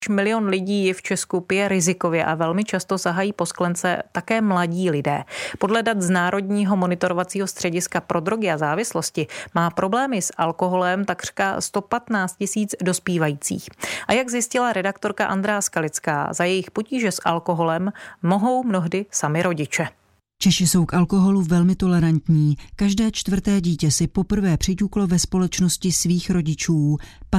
Milion lidí v Česku pije rizikově a velmi často sahají po sklence také mladí lidé. Podle dat z Národního monitorovacího střediska pro drogy a závislosti má problémy s alkoholem takřka 115 000 dospívajících. A jak zjistila redaktorka Andrea Skalická, za jejich potíže s alkoholem mohou mnohdy sami rodiče. Češi jsou k alkoholu velmi tolerantní. Každé čtvrté dítě si poprvé přiťuklo ve společnosti svých rodičů.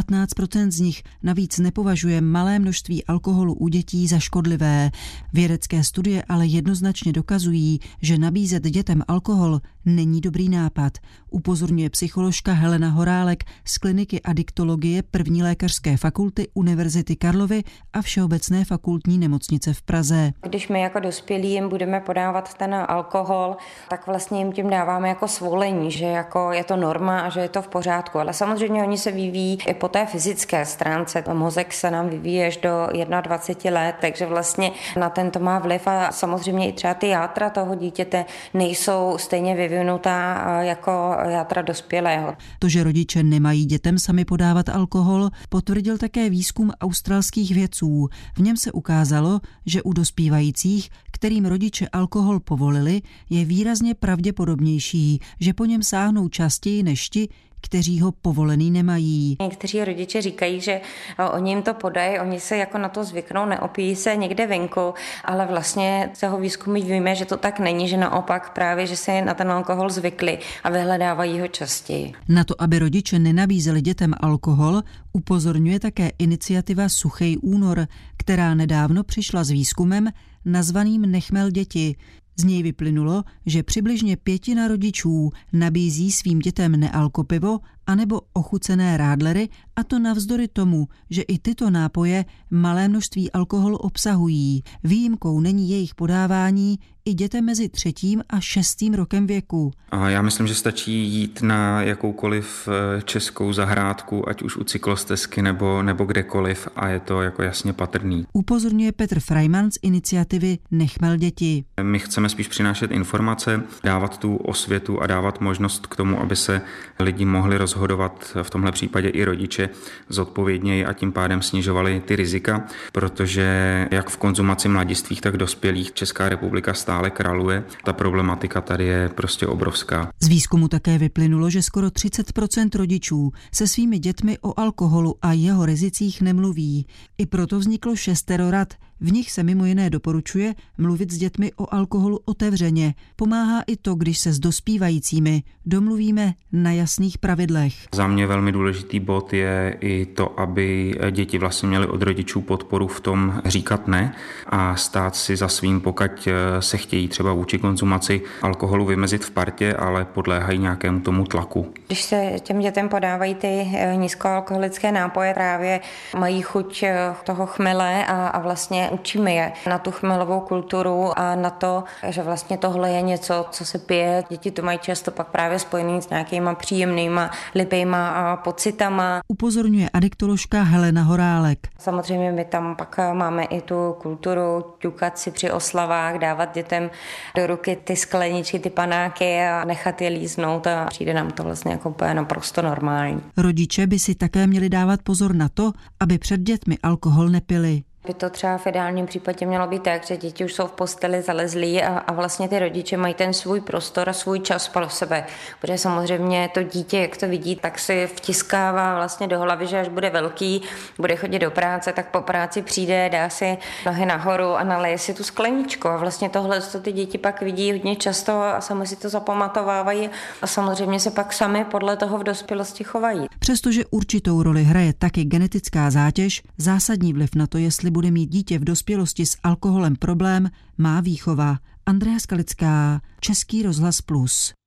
15% z nich navíc nepovažuje malé množství alkoholu u dětí za škodlivé. Vědecké studie ale jednoznačně dokazují, že nabízet dětem alkohol není dobrý nápad. Upozorňuje psycholožka Helena Horálek z kliniky adiktologie 1. lékařské fakulty Univerzity Karlovy a Všeobecné fakultní nemocnice v Praze. Když my jako dospělí jim budeme podávat ten alkohol, tak vlastně jim tím dáváme jako svolení, že jako je to norma a že je to v pořádku. Ale samozřejmě oni se vyvíjí i po té fyzické stránce. Mozek se nám vyvíjí až do 21 let, takže vlastně na ten to má vliv a samozřejmě i třeba ty játra toho dítěte nejsou stejně vyvinutá jako játra dospělého. To, že rodiče nemají dětem sami podávat alkohol, potvrdil také výzkum australských vědců. V něm se ukázalo, že u dospívajících, kterým rodiče alkohol povolili, je výrazně pravděpodobnější, že po něm sáhnou častěji než ti, kteří ho povolený nemají. Někteří rodiče říkají, že oni jim to podají, oni se jako na to zvyknou, neopijí se někde venku, ale vlastně z toho výzkumu víme, že to tak není, že naopak právě, že se na ten alkohol zvykli a vyhledávají ho častěji. Na to, aby rodiče nenabízeli dětem alkohol, upozorňuje také iniciativa Suchej únor, která nedávno přišla s výzkumem nazvaným Nechmel děti. Z něj vyplynulo, že přibližně 1/5 rodičů nabízí svým dětem nealkopivo anebo ochucené rádlery, a to navzdory tomu, že i tyto nápoje malé množství alkoholu obsahují. Výjimkou není jejich podávání i dětem mezi 3. a 6. rokem věku. A já myslím, že stačí jít na jakoukoliv českou zahrádku, ať už u cyklostezky nebo kdekoliv, a je to jako jasně patrný. Upozorňuje Petr Freiman z iniciativy Nechmel děti. My chceme spíš přinášet informace, dávat tu osvětu a dávat možnost k tomu, aby se lidi mohli rozhodovat, v tomhle případě i rodiče, zodpovědněji a tím pádem snižovali ty rizika, protože jak v konzumaci mladistvých, tak dospělých Česká republika stále králuje. Ta problematika tady je prostě obrovská. Z výzkumu také vyplynulo, že skoro 30% rodičů se svými dětmi o alkoholu a jeho rizicích nemluví. I proto vzniklo 6 rad. V nich se mimo jiné doporučuje mluvit s dětmi o alkoholu otevřeně. Pomáhá i to, když se s dospívajícími domluvíme na jasných pravidlech. Za mě velmi důležitý bod je i to, aby děti vlastně měly od rodičů podporu v tom říkat ne a stát si za svým, pokud se chtějí třeba vůči konzumaci alkoholu vymezit v partě, ale podléhají nějakému tomu tlaku. Když se těm dětem podávají ty nízkoalkoholické nápoje, právě mají chuť toho chmele a vlastně učíme je na tu chmelovou kulturu a na to, že vlastně tohle je něco, co se pije. Děti to mají často pak právě spojený s nějakýma příjemnýma, libejma pocitama. Upozorňuje adiktoložka Helena Horálek. Samozřejmě my tam pak máme i tu kulturu ťukat si při oslavách, dávat dětem do ruky ty skleničky, ty panáky a nechat je líznout a přijde nám to vlastně jako úplně naprosto normální. Rodiče by si také měli dávat pozor na to, aby před dětmi alkohol nepili. By to třeba v ideálním případě mělo být tak, že děti už jsou v posteli zalezlí a vlastně ty rodiče mají ten svůj prostor a svůj čas pro sebe. Protože samozřejmě to dítě, jak to vidí, tak si vtiskává vlastně do hlavy, že až bude velký, bude chodit do práce, tak po práci přijde, dá si nohy nahoru a naleje si tu skleničku. A vlastně tohle ty děti pak vidí hodně často a sami si to zapamatovávají a samozřejmě se pak sami podle toho v dospělosti chovají. Přestože určitou roli hraje taky genetická zátěž, zásadní vliv na to, jestli bude mít dítě v dospělosti s alkoholem problém, má výchova. Andrea Skalická, Český rozhlas Plus.